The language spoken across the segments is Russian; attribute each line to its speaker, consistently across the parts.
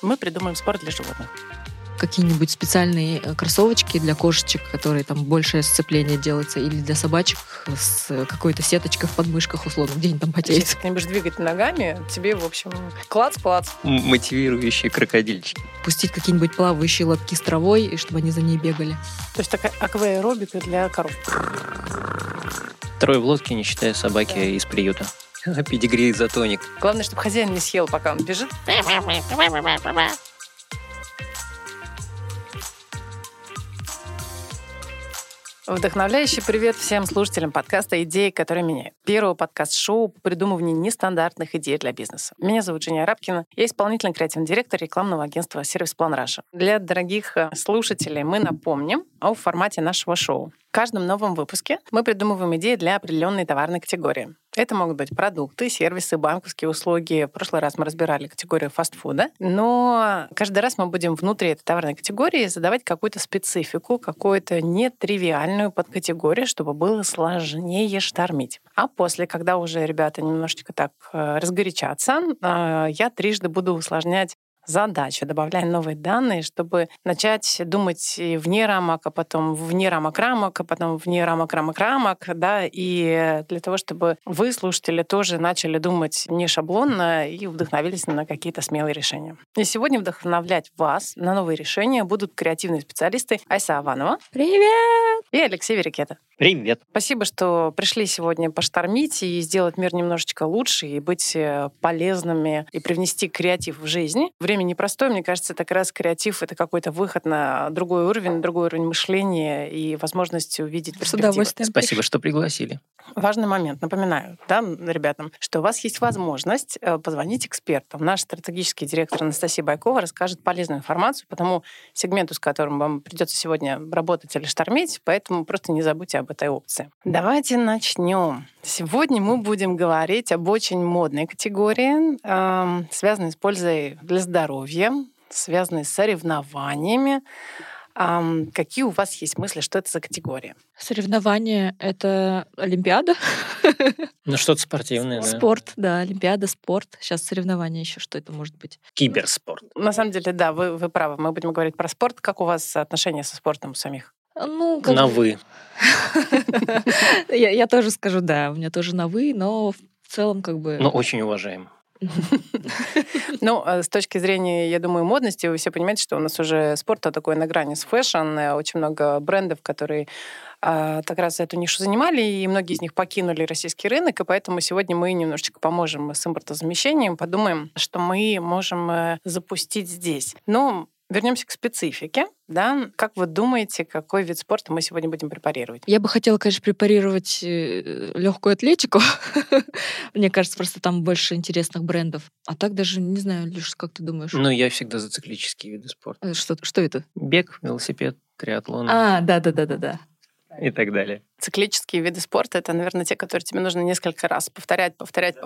Speaker 1: Мы придумаем спорт для животных.
Speaker 2: Какие-нибудь специальные кроссовочки для кошечек, которые там большее сцепление делается, или для собачек с какой-то сеточкой в подмышках, условно, где они там потеют.
Speaker 1: Если ты не будешь двигать ногами, тебе, в общем, клац-клац.
Speaker 3: Мотивирующие крокодильчики.
Speaker 2: Пустить какие-нибудь плавающие лотки с травой, и чтобы они за ней бегали.
Speaker 1: То есть такая акваэробика для коров.
Speaker 3: Трое в лодке, не считая собаки из приюта. Педигри изотоник.
Speaker 1: Главное, чтобы хозяин не съел, пока он бежит. Вдохновляющий привет всем слушателям подкаста «Идеи, которые меняют». Первого подкаст-шоу по придумыванию нестандартных идей для бизнеса. Меня зовут Женя Арабкина. Я исполнительный креативный директор рекламного агентства «Сервис План Раша». Для дорогих слушателей мы напомним о формате нашего шоу. В каждом новом выпуске мы придумываем идеи для определенной товарной категории. Это могут быть продукты, сервисы, банковские услуги. В прошлый раз мы разбирали категорию фастфуда. Но каждый раз мы будем внутри этой товарной категории задавать какую-то специфику, какую-то нетривиальную подкатегорию, чтобы было сложнее штормить. А после, когда уже ребята немножечко так разгорячатся, я трижды буду усложнять задачу, добавляя новые данные, чтобы начать думать вне рамок, а потом вне рамок, а потом вне рамок, да, и для того, чтобы вы, слушатели, тоже начали думать не шаблонно и вдохновились на какие-то смелые решения. И сегодня вдохновлять вас на новые решения будут креативные специалисты Айса Аванова.
Speaker 2: Привет!
Speaker 1: И Алексей Верикета.
Speaker 3: Привет.
Speaker 1: Спасибо, что пришли сегодня поштормить и сделать мир немножечко лучше, и быть полезными, и привнести креатив в жизнь. Время непростое, мне кажется, это как раз креатив — это какой-то выход на другой уровень мышления и возможность увидеть перспективы.
Speaker 2: С удовольствием.
Speaker 3: Спасибо, что пригласили.
Speaker 1: Важный момент. Напоминаю, да, ребятам, что у вас есть возможность позвонить экспертам. Наш стратегический директор Анастасия Байкова расскажет полезную информацию по тому сегменту, с которым вам придется сегодня работать или штормить, поэтому просто не забудьте об этой опции. Давайте начнем. Сегодня мы будем говорить об очень модной категории, связанной с пользой для здоровья, связанной с соревнованиями. Какие у вас есть мысли, что это за категория?
Speaker 2: Соревнования — это Олимпиада.
Speaker 3: Ну, что-то спортивное, да.
Speaker 2: Спорт, да, Олимпиада, спорт. Сейчас соревнования еще, что это может быть?
Speaker 3: Киберспорт.
Speaker 1: На самом деле, да, вы правы. Мы будем говорить про спорт. Как у вас отношения со спортом у самих?
Speaker 2: Ну,
Speaker 3: На «вы».
Speaker 2: Я тоже скажу, да, у меня тоже на «вы», но в целом как бы...
Speaker 3: Но очень уважаем.
Speaker 1: Ну, с точки зрения, я думаю, модности, вы все понимаете, что у нас уже спорт такой на грани с фэшн. Очень много брендов, которые так раз эту нишу занимали, и многие из них покинули российский рынок, и поэтому сегодня мы немножечко поможем с импортозамещением, подумаем, что мы можем запустить здесь. Но вернемся к специфике. Да? Как вы думаете, какой вид спорта мы сегодня будем препарировать?
Speaker 2: Я бы хотела, конечно, препарировать легкую атлетику. Мне кажется, просто там больше интересных брендов. А так даже не знаю, Леш, как ты думаешь?
Speaker 3: Ну, я всегда за циклические виды спорта.
Speaker 2: Что это?
Speaker 3: Бег, велосипед, триатлон.
Speaker 2: Да.
Speaker 3: И так далее.
Speaker 1: Циклические виды спорта — это, наверное, те, которые тебе нужно несколько раз повторять.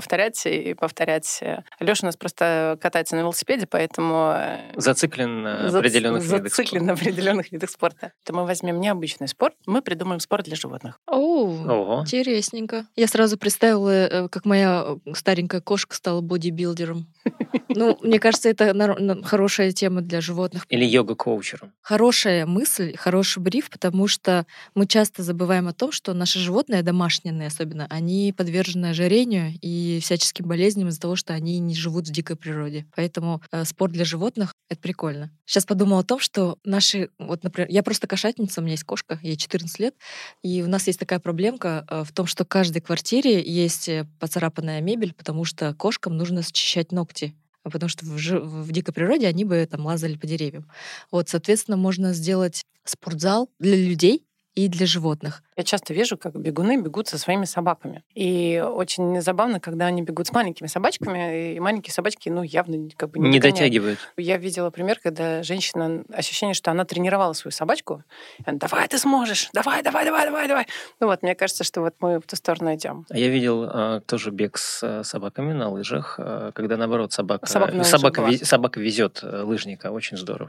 Speaker 1: Лёша у нас просто катается на велосипеде, поэтому...
Speaker 3: Зациклен на определенных видах спорта.
Speaker 1: Зациклен на определенных видах спорта. То мы возьмем необычный спорт, мы придумаем спорт для животных.
Speaker 3: Ого.
Speaker 2: Интересненько. Я сразу представила, как моя старенькая кошка стала бодибилдером. Ну, мне кажется, это хорошая тема для животных.
Speaker 3: Или йога-коучером.
Speaker 2: Хорошая мысль, хороший бриф, потому что мы часто забываем о том, что наши животные, домашние особенно, они подвержены ожирению и всяческим болезням из-за того, что они не живут в дикой природе. Поэтому спорт для животных — это прикольно. Сейчас подумала о том, что наши... Вот, например, я просто кошатница, у меня есть кошка, ей 14 лет, и у нас есть такая проблемка в том, что в каждой квартире есть поцарапанная мебель, потому что кошкам нужно счищать ногти. Потому что в дикой природе они бы там лазали по деревьям. Вот, соответственно, можно сделать спортзал для людей и для животных.
Speaker 1: Я часто вижу, как бегуны бегут со своими собаками. И очень забавно, когда они бегут с маленькими собачками, и маленькие собачки, явно как бы
Speaker 3: не
Speaker 1: догоняют.
Speaker 3: дотягивают.
Speaker 1: Я видела пример, когда женщина, ощущение, что она тренировала свою собачку. И она: давай, ты сможешь, давай. Ну вот, мне кажется, что вот мы в ту сторону идем.
Speaker 3: А я видел тоже бег с собаками на лыжах, когда, наоборот, собака
Speaker 1: Собака
Speaker 3: везет лыжника. Очень здорово.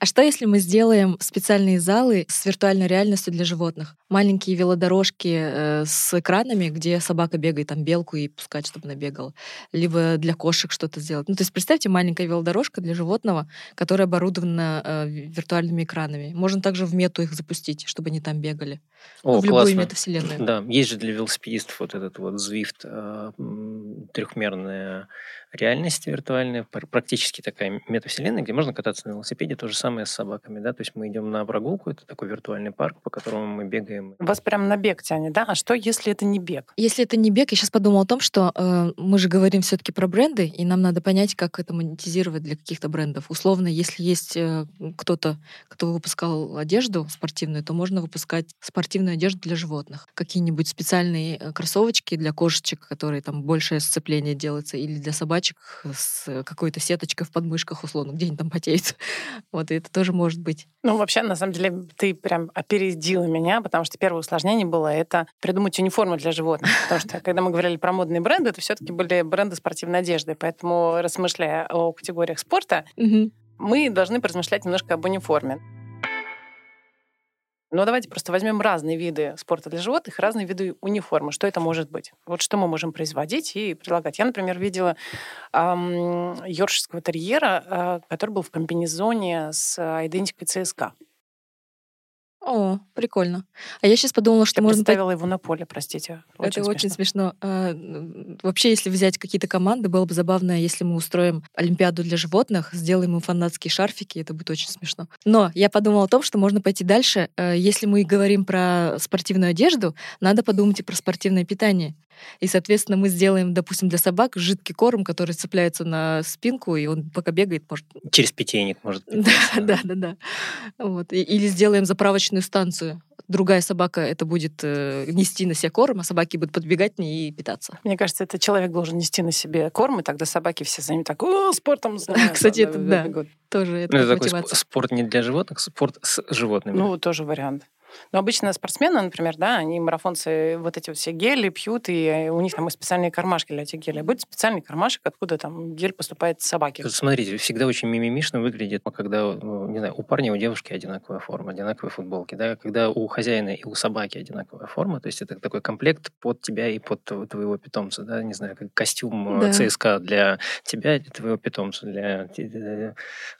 Speaker 2: А что, если мы сделаем специальные залы с виртуальной реальностью для животных? Маленькие велодорожки с экранами, где собака бегает, там белку и пускать, чтобы она бегала. Либо для кошек что-то сделать. Ну, то есть представьте, маленькая велодорожка для животного, которая оборудована виртуальными экранами. Можно также в мету их запустить, чтобы они там бегали.
Speaker 3: О,
Speaker 2: в любую
Speaker 3: классно.
Speaker 2: метавселенную.
Speaker 3: Да, есть же для велосипедистов вот этот вот Zwift, трехмерная реальность виртуальная, практически такая метавселенная, где можно кататься на велосипеде, то же самое с собаками, да, то есть мы идем на прогулку, это такой виртуальный парк, по которому мы бегаем.
Speaker 1: Вас прям на бег тянет, да? А что, если это не бег?
Speaker 2: Если это не бег, я сейчас подумала о том, что мы же говорим все-таки про бренды, и нам надо понять, как это монетизировать для каких-то брендов. Условно, если есть кто-то, кто выпускал одежду спортивную, то можно выпускать спортивную одежду для животных. Какие-нибудь специальные кроссовочки для кошечек, которые там большее сцепление делается, или для собачек с какой-то сеточкой в подмышках, условно, где они там потеют. Вот, и это тоже может быть.
Speaker 1: Ну, вообще, на самом деле, ты прям опередила меня, потому что первое усложнение было это придумать униформу для животных. Потому что, когда мы говорили про модные бренды, это все-таки были бренды спортивной одежды. Поэтому, размышляя о категориях спорта, мы должны поразмышлять немножко об униформе. Но давайте просто возьмем разные виды спорта для животных, разные виды униформы. Что это может быть? Вот что мы можем производить и предлагать. Я, например, видела йоркширского терьера, который был в комбинезоне с идентикой ЦСКА.
Speaker 2: О, прикольно. А я сейчас подумала, что
Speaker 1: Я
Speaker 2: можно...
Speaker 1: представила его на поле, простите.
Speaker 2: Это очень смешно. Вообще, если взять какие-то команды, было бы забавно, если мы устроим олимпиаду для животных, сделаем им фанатские шарфики, это будет очень смешно. Но я подумала о том, что можно пойти дальше. Если мы говорим про спортивную одежду, надо подумать и про спортивное питание. И, соответственно, мы сделаем, допустим, для собак жидкий корм, который цепляется на спинку, и он пока бегает, может...
Speaker 3: Через питейник может быть.
Speaker 2: Да. Вот. Или сделаем заправочную станцию. Другая собака это будет нести на себе корм, а собаки будут подбегать к ней и питаться.
Speaker 1: Мне кажется, это человек должен нести на себе корм, и тогда собаки все за ним так спортом занимаются.
Speaker 2: Кстати, это да. Тоже это
Speaker 3: такой спорт не для животных, спорт с животными.
Speaker 1: Ну, тоже вариант. Но обычно спортсмены, например, да, они марафонцы вот эти вот все гели пьют, и у них там и специальные кармашки для этих гелей. Будет специальный кармашек, откуда там гель поступает собаке.
Speaker 3: Смотрите, всегда очень мимимишно выглядит, когда, не знаю, у парня и у девушки одинаковая форма, одинаковые футболки, да, когда у хозяина и у собаки одинаковая форма, то есть это такой комплект под тебя и под твоего питомца, да, не знаю, как костюм ЦСКА для тебя и твоего питомца, для тебя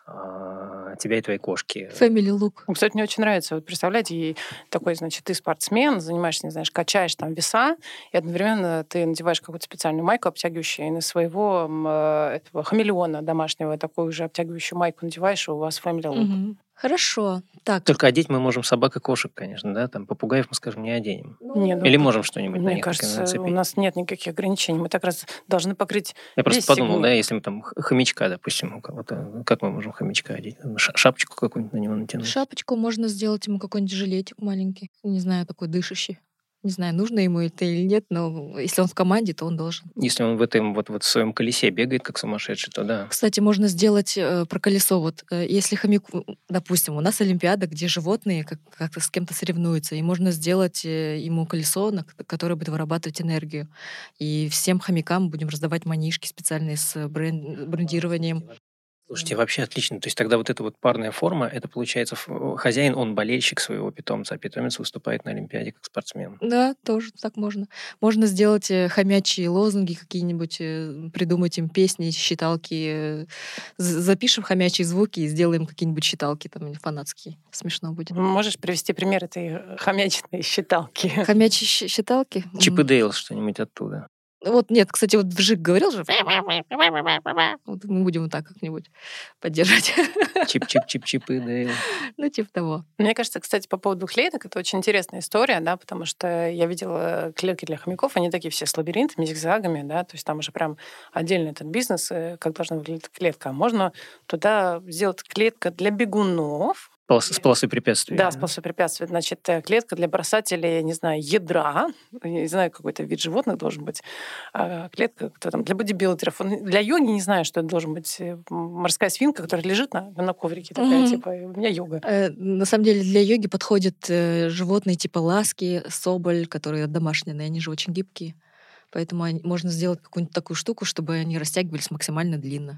Speaker 3: и твоей кошки.
Speaker 2: Family look.
Speaker 1: Кстати, мне очень нравится. Вот представляете, такой, значит, ты спортсмен, занимаешься, не знаешь, качаешь там веса, и одновременно ты надеваешь какую-то специальную майку обтягивающую, и на своего этого хамелеона домашнего такую же обтягивающую майку надеваешь, и у вас family look.
Speaker 2: Угу. Хорошо. Так.
Speaker 3: Только одеть мы можем собак и кошек, конечно, да, там попугаев мы, скажем, не оденем.
Speaker 1: Нет,
Speaker 3: или можем что-нибудь на
Speaker 1: мне
Speaker 3: них
Speaker 1: кажется,
Speaker 3: нацепить.
Speaker 1: У нас нет никаких ограничений. Мы так раз должны покрыть.
Speaker 3: Я просто подумал, да, если мы там хомячка, допустим, у кого-то, как мы можем хомячка одеть? Шапочку какую-нибудь на него натянуть?
Speaker 2: Шапочку можно сделать ему какой-нибудь жилетик маленький, не знаю, такой дышащий. Не знаю, нужно ему это или нет, но если он в команде, то он должен.
Speaker 3: Если он в этом вот в своем колесе бегает как сумасшедший, то да.
Speaker 2: Кстати, можно сделать про колесо. Вот если хомяку, допустим, у нас Олимпиада, где животные как-то с кем-то соревнуются, и можно сделать ему колесо, которое будет вырабатывать энергию. И всем хомякам будем раздавать манишки специальные с брендированием.
Speaker 3: Слушайте, вообще отлично. То есть тогда вот эта вот парная форма, это получается хозяин, он болельщик своего питомца, а питомец выступает на Олимпиаде как спортсмен.
Speaker 2: Да, тоже так можно. Можно сделать хомячие лозунги какие-нибудь, придумать им песни, считалки. Запишем хомячие звуки и сделаем какие-нибудь считалки там фанатские. Смешно будет.
Speaker 1: Можешь привести пример этой хомячной считалки?
Speaker 2: Хомячие считалки?
Speaker 3: Чип и Дейл что-нибудь оттуда.
Speaker 2: Вот нет, кстати, вот Вжик говорил же. Вот мы будем вот так как-нибудь поддержать.
Speaker 3: Чип и Дейл.
Speaker 2: Ну, типа того.
Speaker 1: Мне кажется, кстати, по поводу клеток, это очень интересная история, да, потому что я видела клетки для хомяков, они такие все с лабиринтами, зигзагами, да, то есть там уже прям отдельный этот бизнес, как должна выглядеть клетка. Можно туда сделать клетка для бегунов,
Speaker 3: С полосой препятствий.
Speaker 1: Да, с полосой препятствий. Значит, клетка для бросателей, не знаю, ядра. Я не знаю, какой-то вид животных должен быть. Клетка кто там, для бодибилдеров. Для йоги не знаю, что это должен быть. Морская свинка, которая лежит на коврике. Такая, типа, у меня йога.
Speaker 2: На самом деле для йоги подходят животные типа ласки, соболь, которые домашние, они же очень гибкие. Поэтому можно сделать какую-нибудь такую штуку, чтобы они растягивались максимально длинно.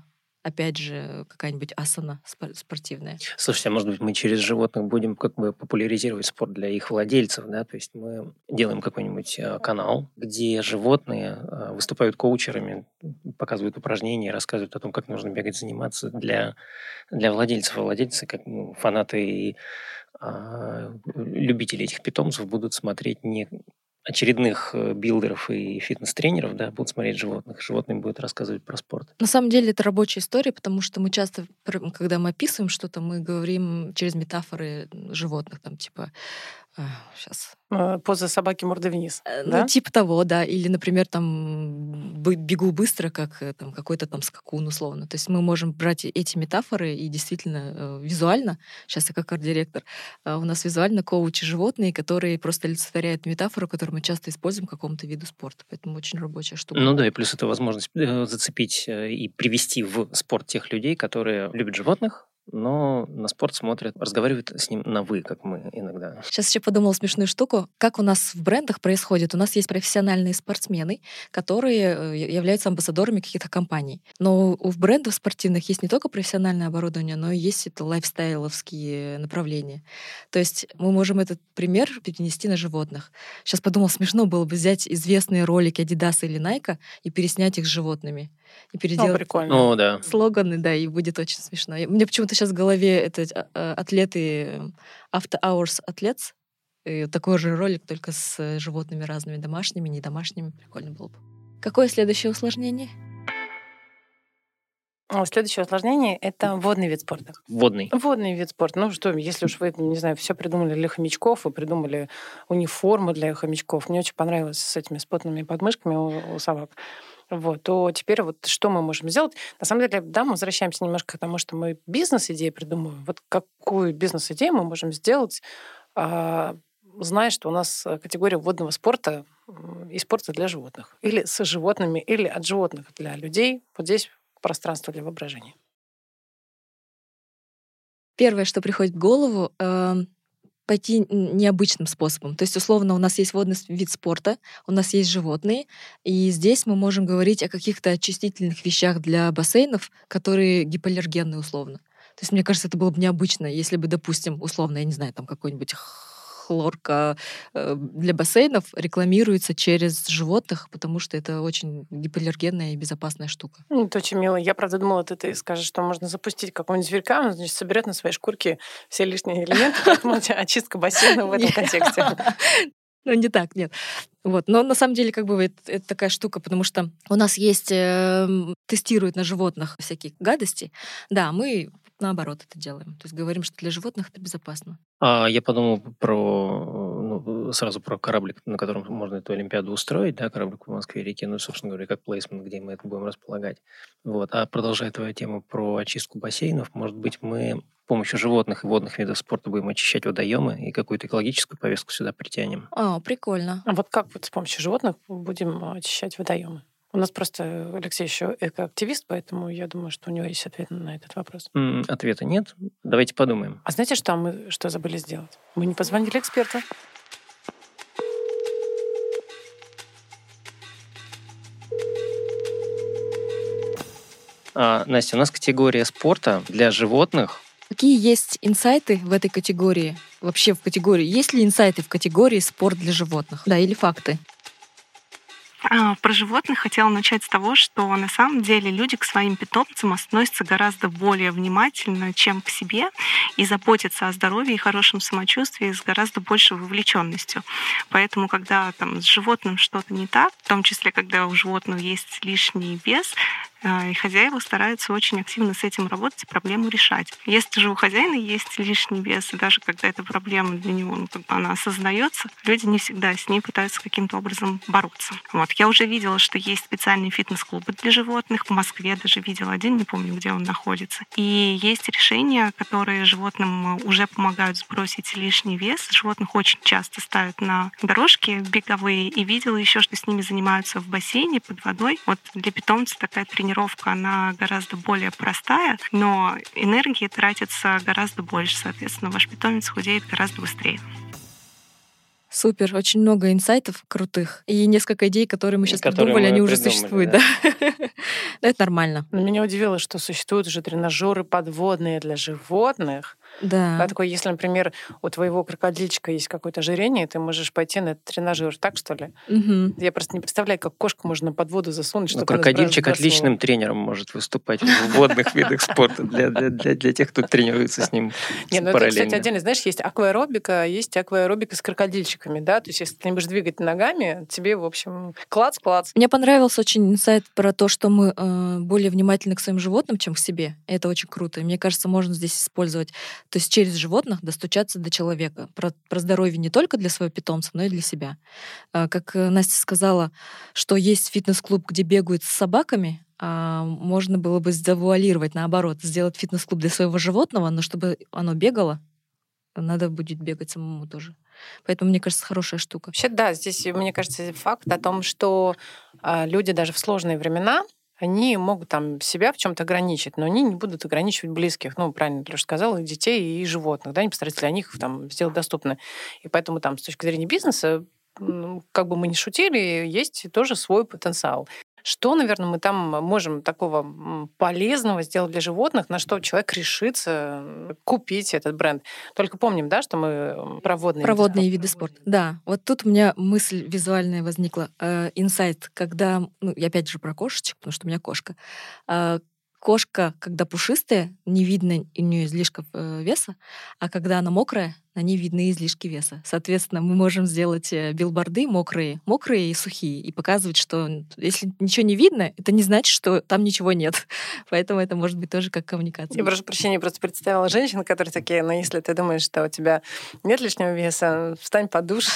Speaker 2: опять же, какая-нибудь асана спортивная.
Speaker 3: Слушайте, а может быть, мы через животных будем как бы популяризировать спорт для их владельцев, да? То есть мы делаем какой-нибудь канал, где животные выступают коучерами, показывают упражнения, рассказывают о том, как нужно бегать, заниматься для владельцев. А владельцы, как фанаты и любители этих питомцев, будут смотреть не очередных билдеров и фитнес-тренеров, да, будут смотреть животных. Животные будут рассказывать про спорт.
Speaker 2: На самом деле это рабочая история, потому что мы часто, когда мы описываем что-то, мы говорим через метафоры животных, там типа сейчас.
Speaker 1: Поза собаки мордой вниз.
Speaker 2: Ну,
Speaker 1: да?
Speaker 2: типа того, да. Или, например, там бегу быстро, как там, какой-то там скакун, условно. То есть мы можем брать эти метафоры и действительно визуально, сейчас я как арт-директор, у нас визуально коучи животные, которые просто олицетворяют метафору, которую мы часто используем к какому-то виду спорта. Поэтому очень рабочая штука.
Speaker 3: Ну да, и плюс это возможность зацепить и привести в спорт тех людей, которые любят животных, но на спорт смотрят, разговаривают с ним на «вы», как мы иногда.
Speaker 2: Сейчас еще подумала смешную штуку. Как у нас в брендах происходит? У нас есть профессиональные спортсмены, которые являются амбассадорами каких-то компаний. Но у брендов спортивных есть не только профессиональное оборудование, но и есть это лайфстайловские направления. То есть мы можем этот пример перенести на животных. Сейчас подумала, смешно было бы взять известные ролики Adidas или Nike и переснять их с животными. И переделать
Speaker 1: прикольно.
Speaker 3: О, да.
Speaker 2: слоганы, да, и будет очень смешно. Мне почему-то сейчас в голове это атлеты, After Hours Athletes, и такой же ролик, только с животными разными, домашними, недомашними. Прикольно было бы. Какое следующее усложнение?
Speaker 1: Следующее усложнение — это водный вид спорта.
Speaker 3: Водный.
Speaker 1: Водный вид спорта. Ну что, если уж вы, не знаю, все придумали для хомячков, вы придумали униформу для хомячков. Мне очень понравилось с этими спотными подмышками у собак. Вот, то теперь вот что мы можем сделать? На самом деле, да, мы возвращаемся немножко к тому, что мы бизнес-идеи придумываем. Вот какую бизнес-идею мы можем сделать, зная, что у нас категория водного спорта и спорта для животных. Или с животными, или от животных для людей. Вот здесь пространство для воображения.
Speaker 2: Первое, что приходит в голову, пойти необычным способом. То есть, условно, у нас есть водный вид спорта, у нас есть животные, и здесь мы можем говорить о каких-то очистительных вещах для бассейнов, которые гипоаллергенные, условно. То есть, мне кажется, это было бы необычно, если бы, допустим, условно, я не знаю, там какой-нибудь хлорка для бассейнов рекламируется через животных, потому что это очень гипоаллергенная и безопасная штука.
Speaker 1: Это очень мило. Я, правда, думала, ты скажешь, что можно запустить какого-нибудь зверька, он, значит, соберет на своей шкурке все лишние элементы, поэтому очистка бассейна в этом контексте.
Speaker 2: Ну, не так, нет. Вот. Но на самом деле, как бы это такая штука, потому что у нас есть, тестируют на животных всякие гадости. Да, мы наоборот это делаем. То есть говорим, что для животных это безопасно.
Speaker 3: Я подумал сразу про кораблик, на котором можно эту Олимпиаду устроить, да, кораблик в Москве-реке, ну, собственно говоря, как плейсмент, где мы это будем располагать. Вот. А продолжая твою тему про очистку бассейнов, может быть, мы с помощью животных и водных видов спорта будем очищать водоемы и какую-то экологическую повестку сюда притянем.
Speaker 2: Прикольно.
Speaker 1: А вот как вот с помощью животных будем очищать водоемы? У нас просто Алексей еще экоактивист, поэтому я думаю, что у него есть ответ на этот вопрос.
Speaker 3: Ответа нет. Давайте подумаем.
Speaker 1: А знаете, что мы забыли сделать? Мы не позвонили эксперту.
Speaker 3: Настя, у нас категория спорта для животных.
Speaker 2: Какие есть инсайты в этой категории? Вообще в категории? Есть ли инсайты в категории спорт для животных? Да, или факты?
Speaker 4: Про животных хотела начать с того, что на самом деле люди к своим питомцам относятся гораздо более внимательно, чем к себе, и заботятся о здоровье и хорошем самочувствии с гораздо большей вовлеченностью. Поэтому, когда там с животным что-то не так, в том числе, когда у животного есть лишний вес, и хозяева стараются очень активно с этим работать и проблему решать. Если же у хозяина есть лишний вес, и даже когда эта проблема для него, она осознается, люди не всегда с ней пытаются каким-то образом бороться. Вот. Я уже видела, что есть специальные фитнес-клубы для животных. В Москве даже видела один, не помню, где он находится. И есть решения, которые животным уже помогают сбросить лишний вес. Животных очень часто ставят на дорожки беговые. И видела еще, что с ними занимаются в бассейне под водой. Вот для питомца такая тренировка, она гораздо более простая, но энергии тратится гораздо больше. Соответственно, ваш питомец худеет гораздо быстрее.
Speaker 2: Супер, очень много инсайтов крутых. И несколько идей, которые мы сейчас
Speaker 3: Которые
Speaker 2: придумали,
Speaker 3: мы
Speaker 2: они уже
Speaker 3: придумали,
Speaker 2: существуют,
Speaker 3: да.
Speaker 2: да. Но это нормально.
Speaker 1: Но меня удивило, что существуют уже тренажеры подводные для животных. Да,
Speaker 2: Да.
Speaker 1: такой, если, например, у твоего крокодильчика есть какое-то ожирение, ты можешь пойти на этот тренажер, так что ли?
Speaker 2: Мгм.
Speaker 1: Я просто не представляю, как кошку можно под воду засунуть,
Speaker 3: Ну,
Speaker 1: чтобы она
Speaker 3: крокодильчик
Speaker 1: сбрасывала.
Speaker 3: отличным тренером может выступать в водных видах спорта для тех, кто тренируется с ним
Speaker 1: Не, ну это, кстати,
Speaker 3: параллельно.
Speaker 1: отдельно. Знаешь, есть акваэробика, а есть акваэробика с крокодильчиками, да? То есть если ты не будешь двигать ногами, тебе, в общем, клац-клац.
Speaker 2: Мне понравился очень инсайт про то, что мы более внимательны к своим животным, чем к себе. Это очень круто. И мне кажется, можно здесь использовать, то есть через животных достучаться до человека. Про здоровье не только для своего питомца, но и для себя. Как Настя сказала, что есть фитнес-клуб, где бегают с собаками, можно было бы завуалировать, наоборот, сделать фитнес-клуб для своего животного, но чтобы оно бегало, надо будет бегать самому тоже. Поэтому, мне кажется, хорошая штука.
Speaker 1: Вообще, да, здесь, мне кажется, факт о том, что люди даже в сложные времена, они могут там себя в чем-то ограничить, но они не будут ограничивать близких. Ну, правильно Леша сказала, и детей, и животных. Да, они постараются для них там сделать доступно. И поэтому там с точки зрения бизнеса, как бы мы ни шутили, есть тоже свой потенциал. Что, наверное, мы там можем такого полезного сделать для животных, на что человек решится купить этот бренд? Только помним, да, что мы
Speaker 2: Проводные виды спорта. Да, вот тут у меня мысль визуальная возникла. Инсайт, когда, ну, я опять же про кошечек, потому что у меня кошка. Кошка, когда пушистая, не видно у нее излишков веса, а когда она мокрая, на ней видны излишки веса. Соответственно, мы можем сделать билборды мокрые и сухие, и показывать, что если ничего не видно, это не значит, что там ничего нет. Поэтому это может быть тоже как коммуникация.
Speaker 1: Я прошу прощения, просто представила женщин, которые такие, ну, если ты думаешь, что у тебя нет лишнего веса, встань подуш.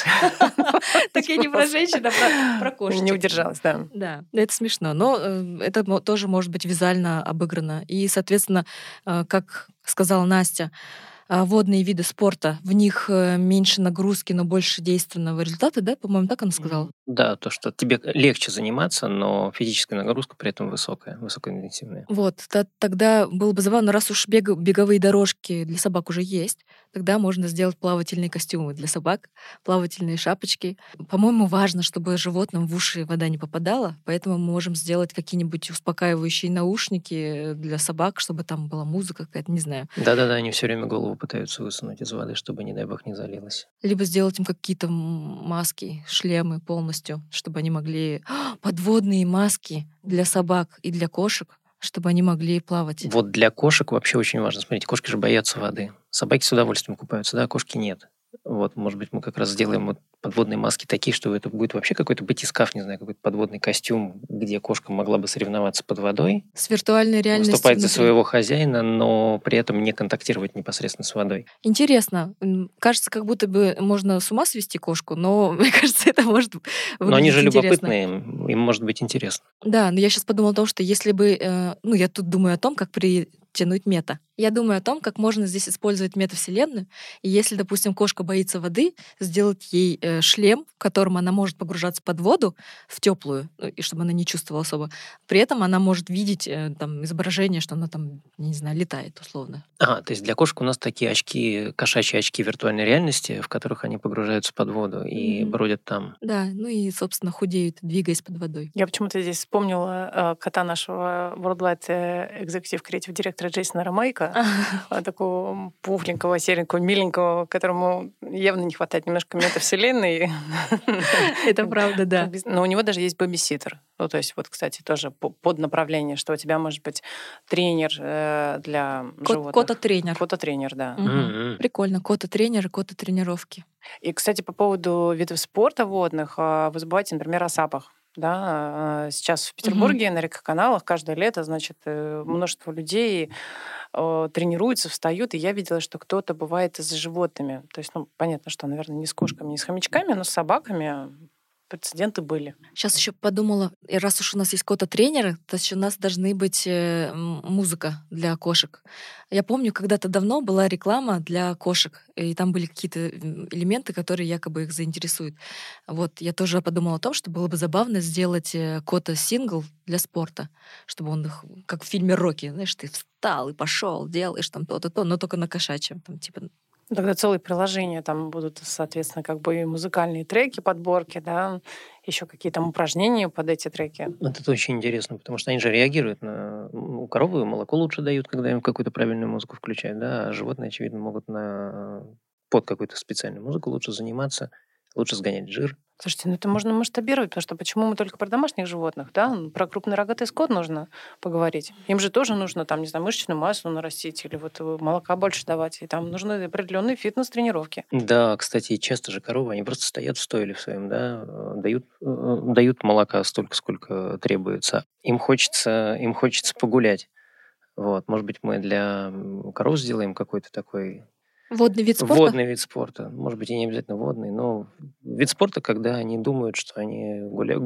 Speaker 2: Так я не про женщин, а про кошечек.
Speaker 1: Не удержалась, да.
Speaker 2: Да, это смешно, но это тоже может быть визуально обыграно. И, соответственно, как сказала Настя, водные виды спорта, в них меньше нагрузки, но больше действенного результата, да? По-моему, так она сказала?
Speaker 3: Да, то, что тебе легче заниматься, но физическая нагрузка при этом высокоинтенсивная.
Speaker 2: Вот, тогда было бы забавно, раз уж беговые дорожки для собак уже есть, тогда можно сделать плавательные костюмы для собак, плавательные шапочки. По-моему, важно, чтобы животным в уши вода не попадала, поэтому мы можем сделать какие-нибудь успокаивающие наушники для собак, чтобы там была музыка какая-то, не знаю.
Speaker 3: Да-да-да, они все время голову пытаются высунуть из воды, чтобы, не дай бог, не залилось.
Speaker 2: Либо сделать им какие-то маски, шлемы полностью, чтобы они могли... Подводные маски для собак и для кошек, чтобы они могли плавать.
Speaker 3: Вот для кошек вообще очень важно. Смотрите, кошки же боятся воды. Собаки с удовольствием купаются, да, а кошки нет. Вот, может быть, мы как раз сделаем вот подводные маски такие, что это будет вообще какой-то батискаф, не знаю, какой-то подводный костюм, где кошка могла бы соревноваться под водой,
Speaker 2: с виртуальной реальностью
Speaker 3: выступать за
Speaker 2: внутри.
Speaker 3: своего хозяина, но при этом не контактировать непосредственно с водой.
Speaker 2: Интересно. Кажется, как будто бы можно с ума свести кошку, но мне кажется, это может выглядеть
Speaker 3: Но они же
Speaker 2: интересно.
Speaker 3: любопытные, им может быть интересно.
Speaker 2: Да, но я сейчас подумала о том, что если бы... ну, я тут думаю о том, как притянуть мета. Я думаю о том, как можно здесь использовать метавселенную. И если, допустим, кошка боится воды, сделать ей шлем, в котором она может погружаться под воду, в теплую, и чтобы она не чувствовала особо. При этом она может видеть там изображение, что она там, не знаю, летает условно.
Speaker 3: То есть для кошек у нас такие очки, кошачьи очки виртуальной реальности, в которых они погружаются под воду и бродят там.
Speaker 2: Да, ну и, собственно, худеют, двигаясь под водой.
Speaker 1: Я почему-то здесь вспомнила кота нашего Worldwide Executive Creative директора Джейсона Ромейка, такого пухленького, серенького, миленького, которому явно не хватает немножко метавселенной.
Speaker 2: Это правда, да.
Speaker 1: Но у него даже есть бэбиситер. Ну, то есть, вот, кстати, тоже под направление, что у тебя может быть тренер для животных.
Speaker 2: Кота-тренер.
Speaker 1: Кота-тренер, да.
Speaker 2: Прикольно. Кота-тренер и кота-тренировки.
Speaker 1: И, кстати, по поводу видов спорта водных, вы забывайте, например, о САПах. Да, сейчас в Петербурге на рекоканалах каждое лето, значит, множество людей тренируются, встают, и я видела, что кто-то бывает с животными. То есть, ну, понятно, что, наверное, не с кошками, не с хомячками, но с собаками прецеденты были.
Speaker 2: Сейчас еще подумала, и раз уж у нас есть кота-тренеры, то еще у нас должны быть музыка для кошек. Я помню, когда-то давно была реклама для кошек, и там были какие-то элементы, которые якобы их заинтересуют. Вот, я тоже подумала о том, что было бы забавно сделать кота-сингл для спорта, чтобы он их, как в фильме «Рокки», знаешь, ты встал и пошел, делаешь там то-то, то, но только на кошачьем, там, типа...
Speaker 1: Тогда целые приложения там будут, соответственно, как бы и музыкальные треки, подборки, да, еще какие там упражнения под эти треки.
Speaker 3: Вот это очень интересно, потому что они же реагируют на... У коровы молоко лучше дают, когда им какую-то правильную музыку включают, да, а животные, очевидно, могут под какую-то специальную музыку лучше заниматься, лучше сгонять жир.
Speaker 1: Слушайте, ну это можно масштабировать, потому что почему мы только про домашних животных, да? Про крупный рогатый скот нужно поговорить. Им же тоже нужно, там, не знаю, мышечную массу нарастить или вот молока больше давать. И там нужны определенные фитнес-тренировки.
Speaker 3: Да, кстати, часто же коровы, они просто стоят в стойле в своем, да, дают молока столько, сколько требуется. Им хочется погулять. Вот, может быть, мы для коров сделаем какой-то такой
Speaker 2: Водный вид спорта?
Speaker 3: водный вид спорта. Может быть, и не обязательно водный, но вид спорта, когда они думают, что они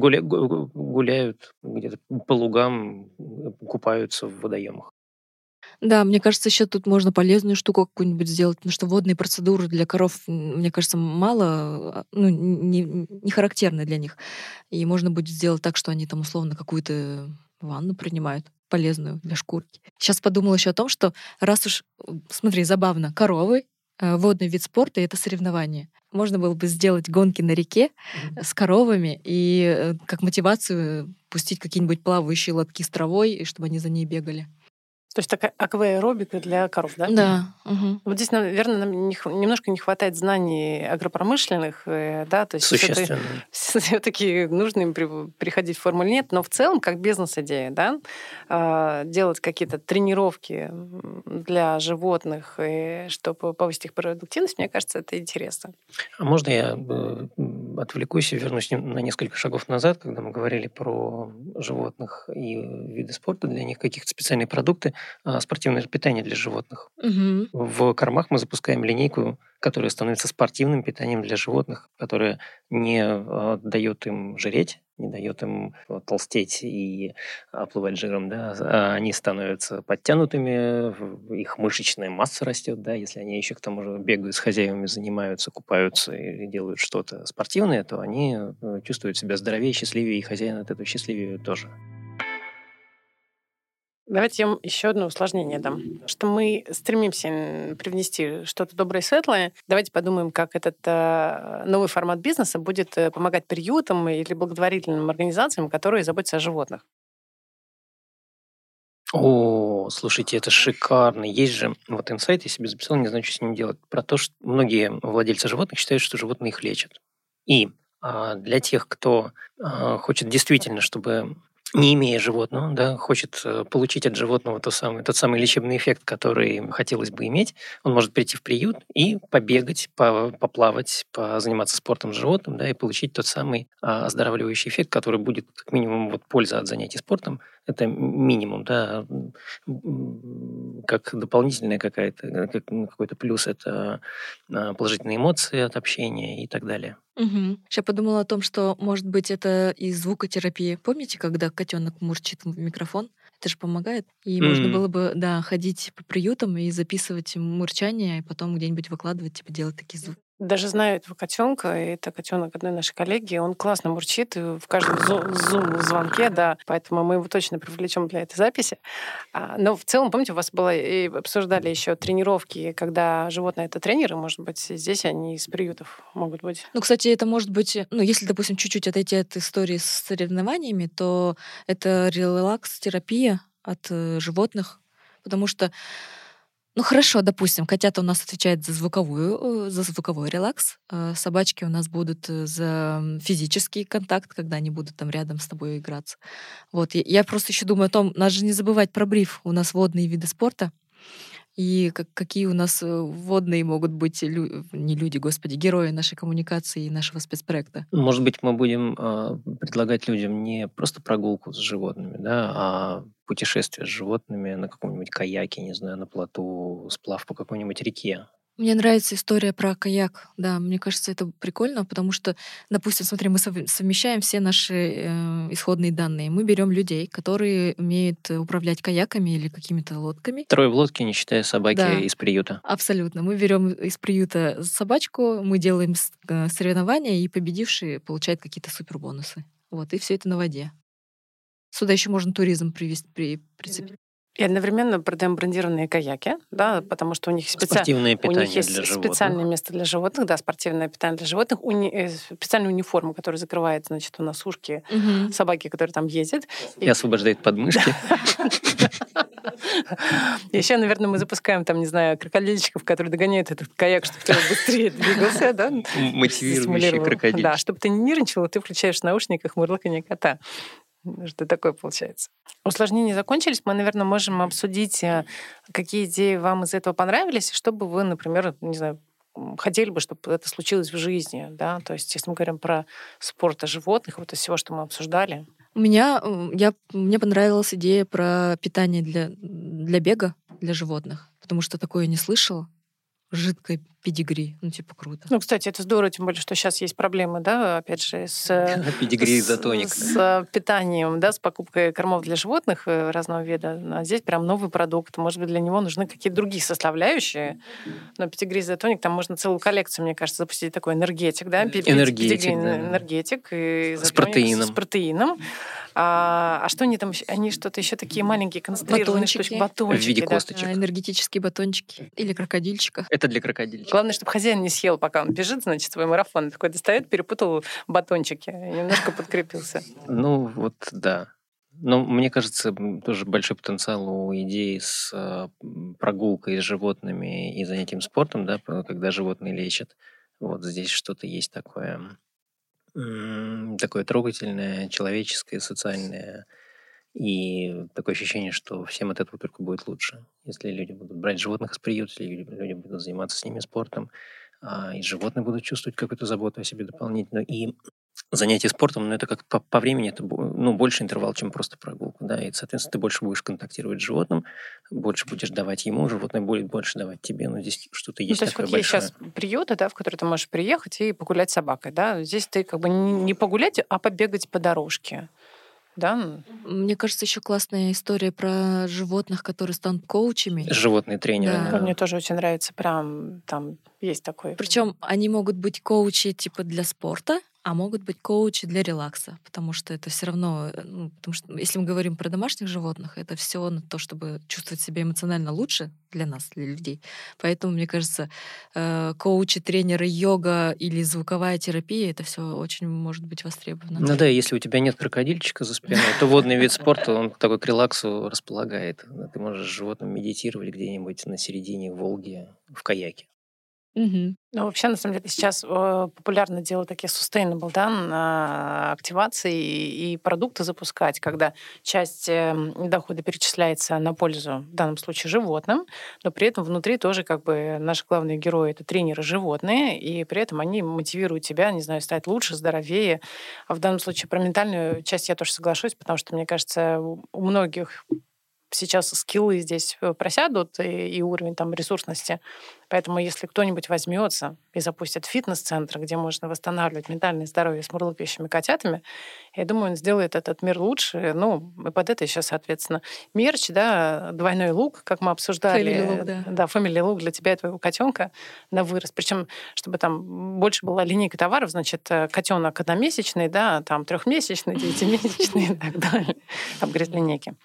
Speaker 3: гуляют где-то по лугам, купаются в водоемах.
Speaker 2: Да, мне кажется, еще тут можно полезную штуку какую-нибудь сделать, потому что водные процедуры для коров, мне кажется, мало, ну, не характерны для них. И можно будет сделать так, что они там условно какую-то ванну принимают полезную для шкурки. Сейчас подумала еще о том, что раз уж, смотри, забавно, коровы, водный вид спорта — это соревнования. Можно было бы сделать гонки на реке с коровами и как мотивацию пустить какие-нибудь плавающие лотки с травой, и чтобы они за ней бегали.
Speaker 1: То есть такая акваэробика для коров, да?
Speaker 2: Да. Угу.
Speaker 1: Вот здесь, наверное, нам немножко не хватает знаний агропромышленных, да, то есть
Speaker 3: Существенно.
Speaker 1: все-таки нужно им приходить в формулу нет, но в целом как бизнес-идея, да, делать какие-то тренировки для животных, чтобы повысить их продуктивность, мне кажется, это интересно.
Speaker 3: А можно я отвлекусь и вернусь на несколько шагов назад, когда мы говорили про животных и виды спорта, для них каких-то специальные продукты, спортивное питание для животных.
Speaker 2: Угу.
Speaker 3: В кормах мы запускаем линейку, которая становится спортивным питанием для животных, которая не дает им жиреть, не дает им толстеть и оплывать жиром, да, а они становятся подтянутыми, их мышечная масса растет, да, если они еще к тому же бегают с хозяевами, занимаются, купаются и делают что-то спортивное, то они чувствуют себя здоровее, счастливее, и хозяин от этого счастливее тоже.
Speaker 1: Давайте я вам еще одно усложнение дам. Что мы стремимся привнести что-то доброе и светлое. Давайте подумаем, как этот новый формат бизнеса будет помогать приютам или благотворительным организациям, которые заботятся о животных.
Speaker 3: О, слушайте, это шикарно. Есть же вот инсайт, я себе записал, не знаю, что с ним делать, про то, что многие владельцы животных считают, что животные их лечат. И для тех, кто хочет действительно, чтобы не имея животного, да, хочет получить от животного тот самый лечебный эффект, который хотелось бы иметь, он может прийти в приют и побегать, поплавать, позаниматься спортом с животным, да, и получить тот самый оздоравливающий эффект, который будет как минимум вот польза от занятий спортом. Это минимум, да, как дополнительная какой-то плюс, это положительные эмоции от общения и так далее.
Speaker 2: Угу. Сейчас подумала о том, что, может быть, это и звукотерапия. Помните, когда котенок мурчит в микрофон? Это же помогает. И можно было бы, да, ходить по приютам и записывать мурчание, и потом где-нибудь выкладывать, типа делать такие звуки.
Speaker 1: Даже знаю этого котенка, это котенок одной нашей коллеги, он классно мурчит в каждом зум-звонке, да, поэтому мы его точно привлечем для этой записи. Но в целом, помните, у вас было и обсуждали еще тренировки, когда животные — это тренеры, может быть, здесь они из приютов могут быть.
Speaker 2: Ну, кстати, это может быть, ну, если, допустим, чуть-чуть отойти от истории с соревнованиями, то это релакс-терапия от животных, потому что ну хорошо, допустим, котята у нас отвечают за звуковой релакс, собачки у нас будут за физический контакт, когда они будут там рядом с тобой играться. Вот, я просто еще думаю о том, надо же не забывать про бриф. У нас водные виды спорта, и какие у нас водные могут быть не люди, господи, герои нашей коммуникации и нашего спецпроекта.
Speaker 3: Может быть, мы будем предлагать людям не просто прогулку с животными, да, а путешествие с животными на каком-нибудь каяке, не знаю, на плоту, сплав по какой-нибудь реке.
Speaker 2: Мне нравится история про каяк. Да, мне кажется, это прикольно, потому что, допустим, смотри, мы совмещаем все наши исходные данные. Мы берем людей, которые умеют управлять каяками или какими-то лодками.
Speaker 3: 3 в лодке, не считая собаки
Speaker 2: Да.
Speaker 3: из приюта.
Speaker 2: Абсолютно. Мы берем из приюта собачку, мы делаем соревнования, и победивший получает какие-то супербонусы. Вот, и все это на воде. Сюда еще можно туризм прицепить.
Speaker 1: И одновременно продаем брендированные каяки, да, потому что у них
Speaker 3: Спортивное питание
Speaker 1: у них есть
Speaker 3: для животных.
Speaker 1: специальное место для животных, да, спортивное питание для животных, специальная униформа, которая закрывает, значит, у нас ушки собаки, которые там ездят.
Speaker 3: И освобождает подмышки.
Speaker 1: Еще, наверное, мы запускаем там, не знаю, крокодильчиков, которые догоняют этот каяк, чтобы ты быстрее двигался, да?
Speaker 3: Мотивирующий крокодильчик.
Speaker 1: Да, чтобы ты не нервничал, ты включаешь в наушниках мурлыканье кота. Что такое получается. Усложнения закончились. Мы, наверное, можем обсудить, какие идеи вам из этого понравились, и что бы вы, например, не знаю, хотели бы, чтобы это случилось в жизни. Да? То есть, если мы говорим про спорт о животных, вот из всего, что мы обсуждали.
Speaker 2: Мне понравилась идея про питание для бега для животных, потому что такое я не слышала. Жидкое педигри. Круто.
Speaker 1: Кстати, это здорово, тем более, что сейчас есть проблемы, да, опять же,
Speaker 3: педигри изотоник.
Speaker 1: С питанием, да, с покупкой кормов для животных разного вида. А здесь прям новый продукт. Может быть, для него нужны какие-то другие составляющие. Но педигри изотоник, там можно целую коллекцию, мне кажется, запустить такой энергетик, да? Энергетик.
Speaker 3: С протеином.
Speaker 1: С протеином. А что они там? Они что-то еще такие маленькие концентрированные батончики.
Speaker 3: В виде косточек.
Speaker 2: Энергетические батончики. Или крокодильчика.
Speaker 3: Это для крокодильчика.
Speaker 1: Главное, чтобы хозяин не съел, пока он бежит, значит, свой марафон. Такой достает, перепутал батончики, немножко подкрепился.
Speaker 3: Да. Но мне кажется, тоже большой потенциал у идеи с прогулкой с животными и занятием спортом, да, когда животные лечат. Вот здесь что-то есть такое трогательное, человеческое, социальное. И такое ощущение, что всем от этого только будет лучше. Если люди будут брать животных из приюта, если люди будут заниматься с ними спортом, и животные будут чувствовать какую-то заботу о себе дополнительно. И занятие спортом, это как по времени, это больше интервал, чем просто прогулка. Да? И, соответственно, ты больше будешь контактировать с животным, больше будешь давать ему, животное будет больше давать тебе. Но здесь что-то есть такое большое.
Speaker 1: То есть вот есть сейчас приюты, да, в которые ты можешь приехать и погулять с собакой. Да? Здесь ты не погулять, а побегать по дорожке. Да?
Speaker 2: Мне кажется, еще классная история про животных, которые станут коучами.
Speaker 3: Животные тренеры.
Speaker 1: Да. Мне тоже очень нравится. Прям там есть такой.
Speaker 2: Причем они могут быть коучи для спорта, а могут быть коучи для релакса, потому что это все равно, потому что если мы говорим про домашних животных, это все на то, чтобы чувствовать себя эмоционально лучше для нас, для людей. Поэтому, мне кажется, коучи, тренеры, йога или звуковая терапия, это все очень может быть востребовано.
Speaker 3: Да, если у тебя нет крокодильчика за спиной, то водный вид спорта, он такой к релаксу располагает. Ты можешь с животным медитировать где-нибудь на середине Волги в каяке.
Speaker 2: Угу.
Speaker 1: Вообще, на самом деле, сейчас популярно делать такие sustainable, да, активации и продукты запускать, когда часть дохода перечисляется на пользу, в данном случае, животным, но при этом внутри тоже наши главные герои — это тренеры животные, и при этом они мотивируют тебя, не знаю, стать лучше, здоровее. А в данном случае про ментальную часть я тоже соглашусь, потому что, мне кажется, у многих сейчас скиллы здесь просядут и уровень ресурсности. Поэтому если кто-нибудь возьмется и запустит фитнес-центр, где можно восстанавливать ментальное здоровье с мурлыкающими котятами, я думаю, он сделает этот мир лучше. И под это еще, соответственно, мерч, да, двойной лук, как мы обсуждали.
Speaker 2: Family look, да.
Speaker 1: Да, family look для тебя и твоего котенка на вырост. Причем, чтобы там больше была линейка товаров, значит, котенок одномесячный, да, там 3-месячный, 9-месячный и так далее. Апгрейд линейки.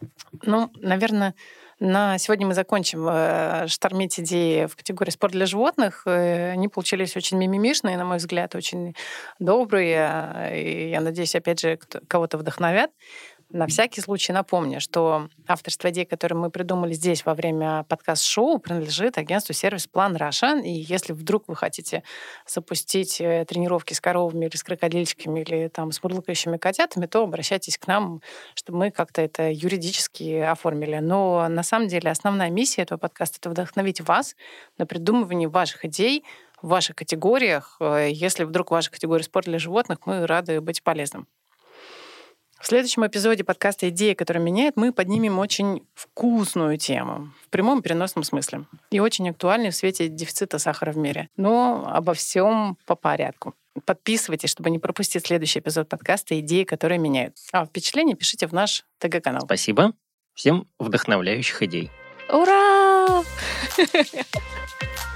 Speaker 1: Наверное, на сегодня мы закончим штормить идеи в категории «Спорт для животных». Они получились очень мимимишные, на мой взгляд, очень добрые. И я надеюсь, опять же, кого-то вдохновят. На всякий случай напомню, что авторство идей, которые мы придумали здесь во время подкаст-шоу, принадлежит агентству «Сервис План Раша». И если вдруг вы хотите запустить тренировки с коровами или с крокодильчиками или с мурлыкающими котятами, то обращайтесь к нам, чтобы мы как-то это юридически оформили. Но на самом деле основная миссия этого подкаста — это вдохновить вас на придумывание ваших идей в ваших категориях. Если вдруг ваша категория «Спорт для животных», мы рады быть полезным. В следующем эпизоде подкаста «Идеи, которые меняют» мы поднимем очень вкусную тему в прямом и переносном смысле и очень актуальную в свете дефицита сахара в мире. Но обо всем по порядку. Подписывайтесь, чтобы не пропустить следующий эпизод подкаста «Идеи, которые меняют». А впечатления пишите в наш ТГ-канал.
Speaker 3: Спасибо. Всем вдохновляющих идей.
Speaker 2: Ура!